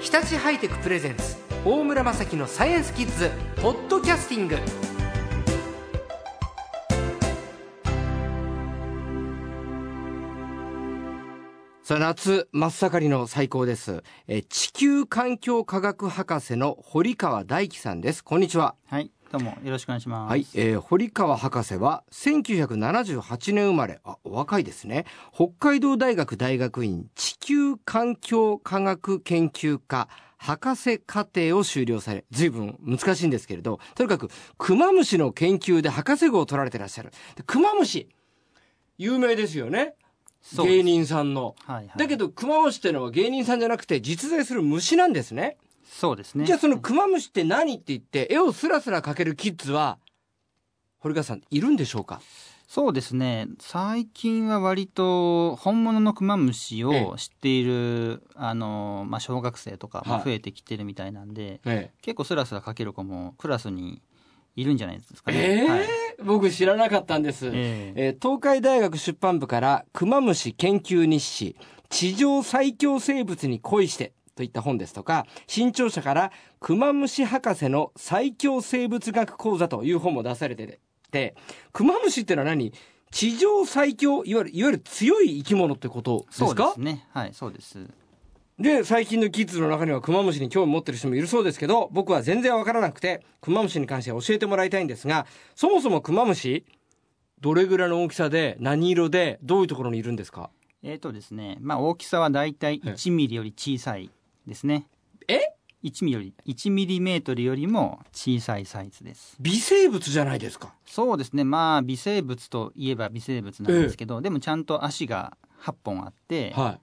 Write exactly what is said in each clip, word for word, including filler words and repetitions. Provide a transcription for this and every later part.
日立ハイテクプレゼンツ大村雅樹のサイエンスキッズポッドキャスティング。さあ、夏真っ盛りの最高です。え地球環境科学博士の堀川大樹さんです。こんにちは。 はい、どうもよろしくお願いします。 はい、えー、堀川博士はせんきゅうひゃくななじゅうはちねん生まれ。あ、お若いですね。北海道大学大学院地球環境科学研究科博士課程を修了され、随分難しいんですけれど、とにかくクマムシの研究で博士号を取られていらっしゃる。でクマムシ有名ですよね、芸人さんの、はいはい、だけどクマムシってのは芸人さんじゃなくて実在する虫なんですね。 そうですね。 じゃあそのクマムシって何って言って絵をスラスラ描けるキッズは堀川さんいるんでしょうか？ そうですね、最近は割と本物のクマムシを知っている、ええ、あのまあ、小学生とかも増えてきてるみたいなんで、はい、結構スラスラ描ける子もクラスにいるんじゃないですかね。 えーはい、 僕知らなかったんです、えーえー、東海大学出版部からクマムシ研究日誌地上最強生物に恋してといった本ですとか、新潮社からクマムシ博士の最強生物学講座という本も出されてて、クマムシってのは何？地上最強、いわゆるいわゆる強い生き物ってことですか？ そうですね、はい、そうです。 で、最近のキッズの中にはクマムシに興味持ってる人もいるそうですけど、僕は全然わからなくてクマムシに関しては教えてもらいたいんですが、そもそもクマムシどれぐらいの大きさで何色でどういうところにいるんですか？ えーとですね、まあ、大きさはだいたいいちミリより小さいですね。 えいちミリよりいちミリメートルよりも小さいサイズです。 微生物じゃないですか？そうですね、まあ微生物といえば微生物なんですけど、ええ、でもちゃんと足がはっぽんあって、はい、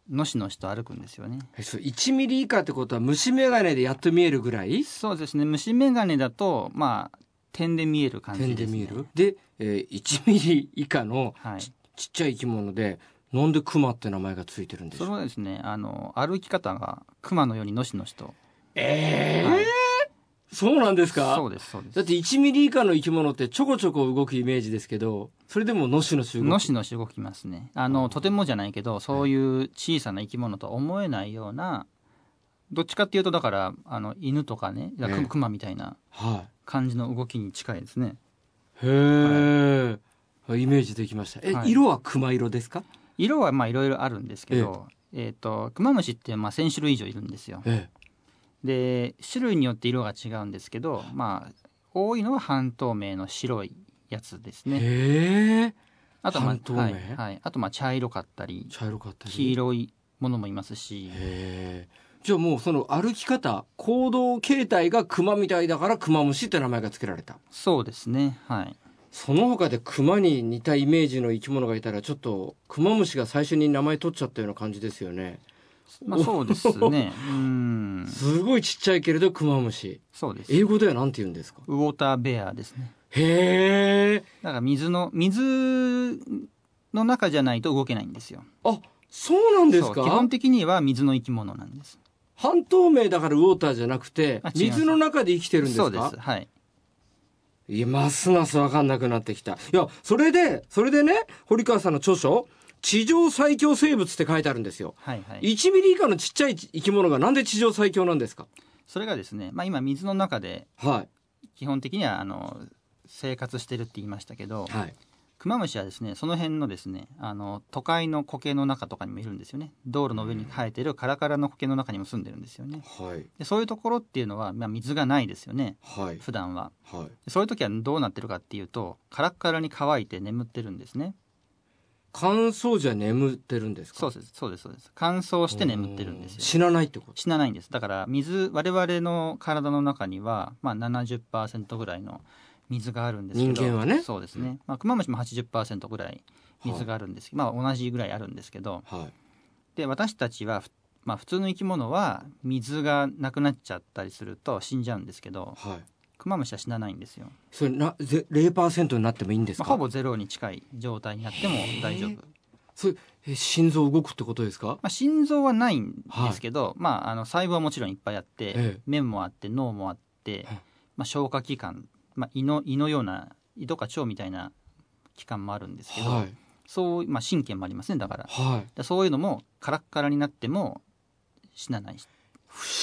のしのしと歩くんですよね。 えそういちミリ以下ってことは虫眼鏡でやっと見えるぐらい？ そうですね、虫眼鏡だとまあ点で見える感じですね。 点で見えるで、えー、いちミリ以下の ち,、はい、ちっちゃい生き物で、なんでクマって名前がついてるんでしょう？ それはですね、あの歩き方がクマのようにのしのしと。 えー、はい、そうなんですか？ そうですそうです。 だっていちミリ以下の生き物ってちょこちょこ動くイメージですけど、それでものしのし動く？ のしのし動きますね。あのとてもじゃないけど、そういう小さな生き物とは思えないような、どっちかっていうとだからあの犬とかね、クマみたいな感じの動きに近いですね。 へえ、はい、イメージできました。え、はい、色はクマ色ですか？ 色はまあいろいろあるんですけど、えー、とクマムシってまあせん種類以上いるんですよ。ええ、で種類によって色が違うんですけど、まあ多いのは半透明の白いやつですね。 へえ、 あとまあ半透明、 はいはい、あとまあ茶色かったり茶色かったり黄色いものもいますし。 へえ、じゃあもうその歩き方、行動形態がクマみたいだからクマムシって名前が付けられた？ そうですね、はい。 その他でクマに似たイメージの生き物がいたら、ちょっとクマムシが最初に名前取っちゃったような感じですよね。 まあ、そうですねうーん、 すごいちっちゃいけれどクマムシ。 そうです。 英語ではなんて言うんですか？ ウォーターベアですね。 へえ。 だから水の水の中じゃないと動けないんですよ。 あ、そうなんですか？ 基本的には水の生き物なんです。 半透明だからウォーターじゃなくて水の中で生きてるんですか？ そうです、はい。 いや、ますます分かんなくなってきた。いや、それでそれでね、堀川さんの著書地上最強生物って書いてあるんですよ。はいはい、いちミリ以下のちっちゃい生き物がなんで地上最強なんですか？ それがですね、まあ、今水の中で基本的にはあの生活してるって言いましたけど、はい、クマムシはですね、その辺のですね、あの都会の苔の中とかにもいるんですよね。道路の上に生えてるカラカラの苔の中にも住んでるんですよね。はい、でそういうところっていうのは、まあ、水がないですよね、はい、普段は、はい、そういう時はどうなってるかっていうと、カラッカラに乾いて眠ってるんですね。 乾燥じゃ眠ってるんですか？ そうですそうですそうです。乾燥して眠ってるんですよ。 死なないってこと？ 死なないんです。だから水、我々の体の中には、まあ、ななじゅっパーセント ぐらいの水があるんですけど、 人間はね、 そうですね、まあ、クマムシも はちじゅっパーセント ぐらい水があるんですけど、はい、まあ、同じぐらいあるんですけど、はい、で私たちは、まあ、普通の生き物は水がなくなっちゃったりすると死んじゃうんですけど、はい、クマムシは死なないんですよ。 それな ゼロパーセント になってもいいんですか？ まあ、ほぼゼロに近い状態になっても大丈夫。 それえ心臓動くってことですか？ まあ、心臓はないんですけど、はい、まあ、あの細胞はもちろんいっぱいあって、ええ、麺もあって脳もあって、まあ、消化器官、まあ、胃の、胃のような胃とか腸みたいな器官もあるんですけど、はい、そう、まあ、神経もありますね。だから、はい、だそういうのもカラッカラになっても死なない。 不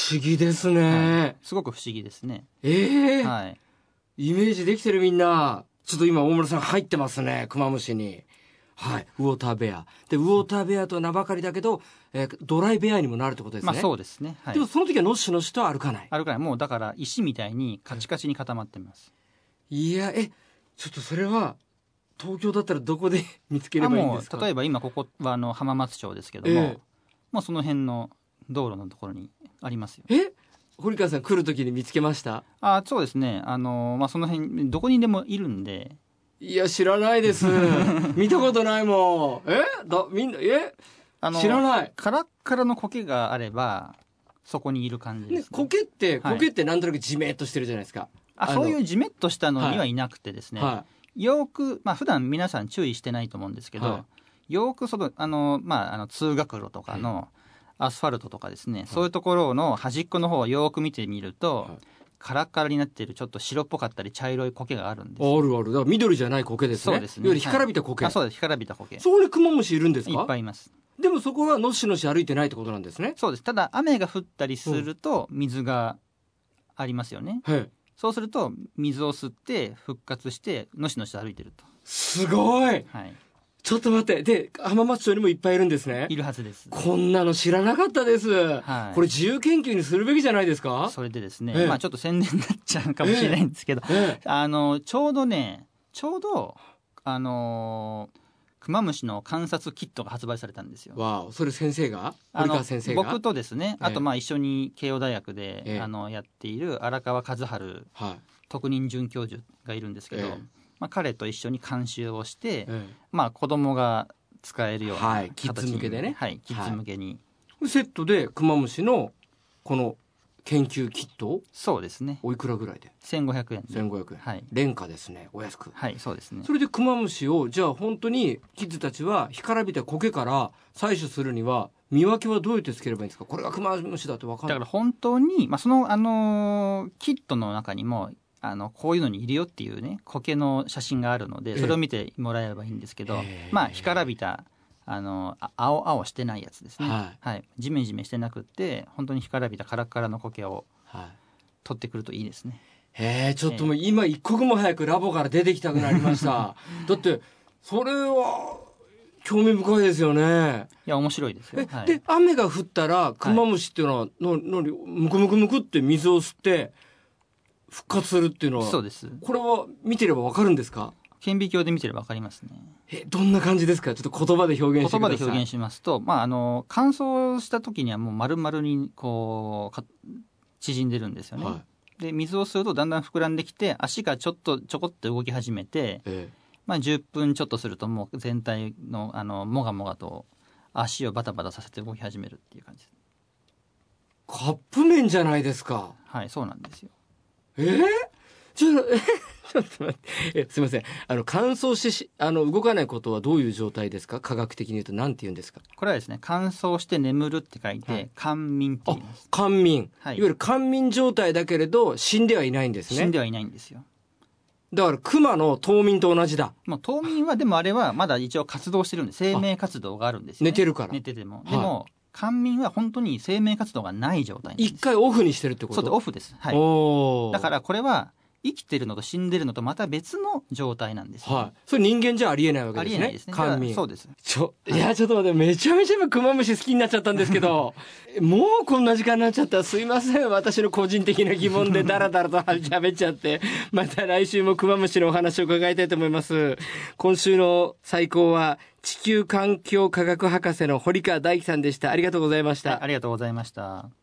思議ですね、 はい、すごく不思議ですね。 ええー、 はい、 イメージできてるみんな。ちょっと今大村さん入ってますね、クマムシに。はい、ウォーターベアで、ウォーターベアと名ばかりだけど、えー、ドライベアにもなるってことですね。 まあそうですね、はい、 でもその時はのっしのしと歩かない歩かない。もうだから石みたいにカチカチに固まってます。 いや、えちょっとそれは東京だったらどこで見つければいいんですか？ もう例えば今ここはあの浜松町ですけども、えー、もうその辺の道路のところにありますよ。 え堀川さん来る時に見つけました？ あ、そうですね、あの、まあ、その辺どこにでもいるんで。 いや知らないです見たことないもん。えだみんなえあの知らない。 カラッカラの苔があればそこにいる感じです、ね、 苔って苔ってなんとなくジメッとしてるじゃないですか。 ああそういうジメッとしたのにはいなくてですね、はいはい、よく、まあ普段皆さん注意してないと思うんですけど、はい、よくそのあの、まあ、あの通学路とかのアスファルトとかですね、はい、そういうところの端っこの方をよく見てみると、はい、カラッカラになっているちょっと白っぽかったり茶色い苔があるんです。 あるある。だから緑じゃない苔ですね。 そうですね。 いわゆる干からびた苔、 はい、あそうです、干からびた苔。 そこにクマムシいるんですか？ いっぱいいます。 でもそこはのしのし歩いてないってことなんですね。 そうです。ただ雨が降ったりすると水がありますよね、うん、そうすると水を吸って復活してのしのし歩いてると。 すごい、はい、ちょっと待って。で浜松町にもいっぱいいるんですね。 いるはずです。 こんなの知らなかったです、はい、これ自由研究にするべきじゃないですか？ それでですね、ええ、まあちょっと宣伝になっちゃうかもしれないんですけど、ええ、あのちょうどねちょうどあのークマムシの観察キットが発売されたんですよ。 わあ、それ先生が堀川先生が僕とですね、あとまあ一緒に慶応大学で、ええ、あのやっている荒川和治、はい、特任准教授がいるんですけど、ええ、まあ、彼と一緒に監修をして、ええ、まあ、子供が使えるような形に、はい、 キッズ向けでね、 はい、キッズ向けに、 はい、セットでクマムシのこの研究キット、 そうですね、 おいくらぐらいで？ せんごひゃくえんで。 せんごひゃくえん、はい、廉価ですね、お安く。 はい、そうですね。 それでクマムシをじゃあ本当にキッズたちは干からびた苔から採取するには見分けはどうやってつければいいんですか？これがクマムシだって分かんない。 だから本当に、まあ、その、あのー、キットの中にもあのこういうのにいるよっていうね苔の写真があるので、それを見てもらえればいいんですけど、まあ干からびたあの青々してないやつですね、はいはい、ジメジメしてなくって本当に干からびたカラッカラの苔を取ってくるといいですね。 へえ、ちょっともう今一刻も早くラボから出てきたくなりましただってそれは興味深いですよね。 いや面白いですよ。 え、はい、で雨が降ったらクマムシっていうのは、はい、ののむくむくむくって水を吸って復活するっていうのは、 そうです。 これは見てればわかるんですか？ 顕微鏡で見てればわかりますね。 え、どんな感じですか？ちょっと言葉で表現してください。 言葉で表現しますと、まあ、あの乾燥した時にはもう丸々にこうか縮んでるんですよね、はい、で水を吸うとだんだん膨らんできて足がちょっとちょこっと動き始めて、ええ、まあ、じゅっぷんちょっとするともう全体のあのもがもがと足をバタバタさせて動き始めるっていう感じです。 カップ麺じゃないですか。 はい、そうなんですよ。 えー、ちょっとえちょっと待ってえすいません、あの乾燥してしあの動かないことはどういう状態ですか？科学的に言うと何て言うんですか？ これはですね、乾燥して眠るって書いて、はい、乾眠って言います。 乾眠、はい、いわゆる乾眠状態だけれど死んではいないんですね。 死んではいないんですよ。 だからクマの冬眠と同じだ。 もう冬眠はでもあれはまだ一応活動してるんで生命活動があるんですよ、ね、 寝てるから。 寝てても、でも、はい、乾眠は本当に生命活動がない状態なんです。 一回オフにしてるってこと？ そうでオフです、はい、おだからこれは生きてるのと死んでるのとまた別の状態なんですよ、 はい、それ人間じゃありえないわけですね。 ありえないですね。 乾眠。 そうです。 ちょいやちょっと待って、めちゃめちゃ今クマムシ好きになっちゃったんですけどもうこんな時間になっちゃったらすいません、私の個人的な疑問でダラダラと喋っちゃってまた来週もクマムシのお話を伺いたいと思います。今週の最高は地球環境科学博士の堀川大樹さんでした。ありがとうございました。 はい、ありがとうございました。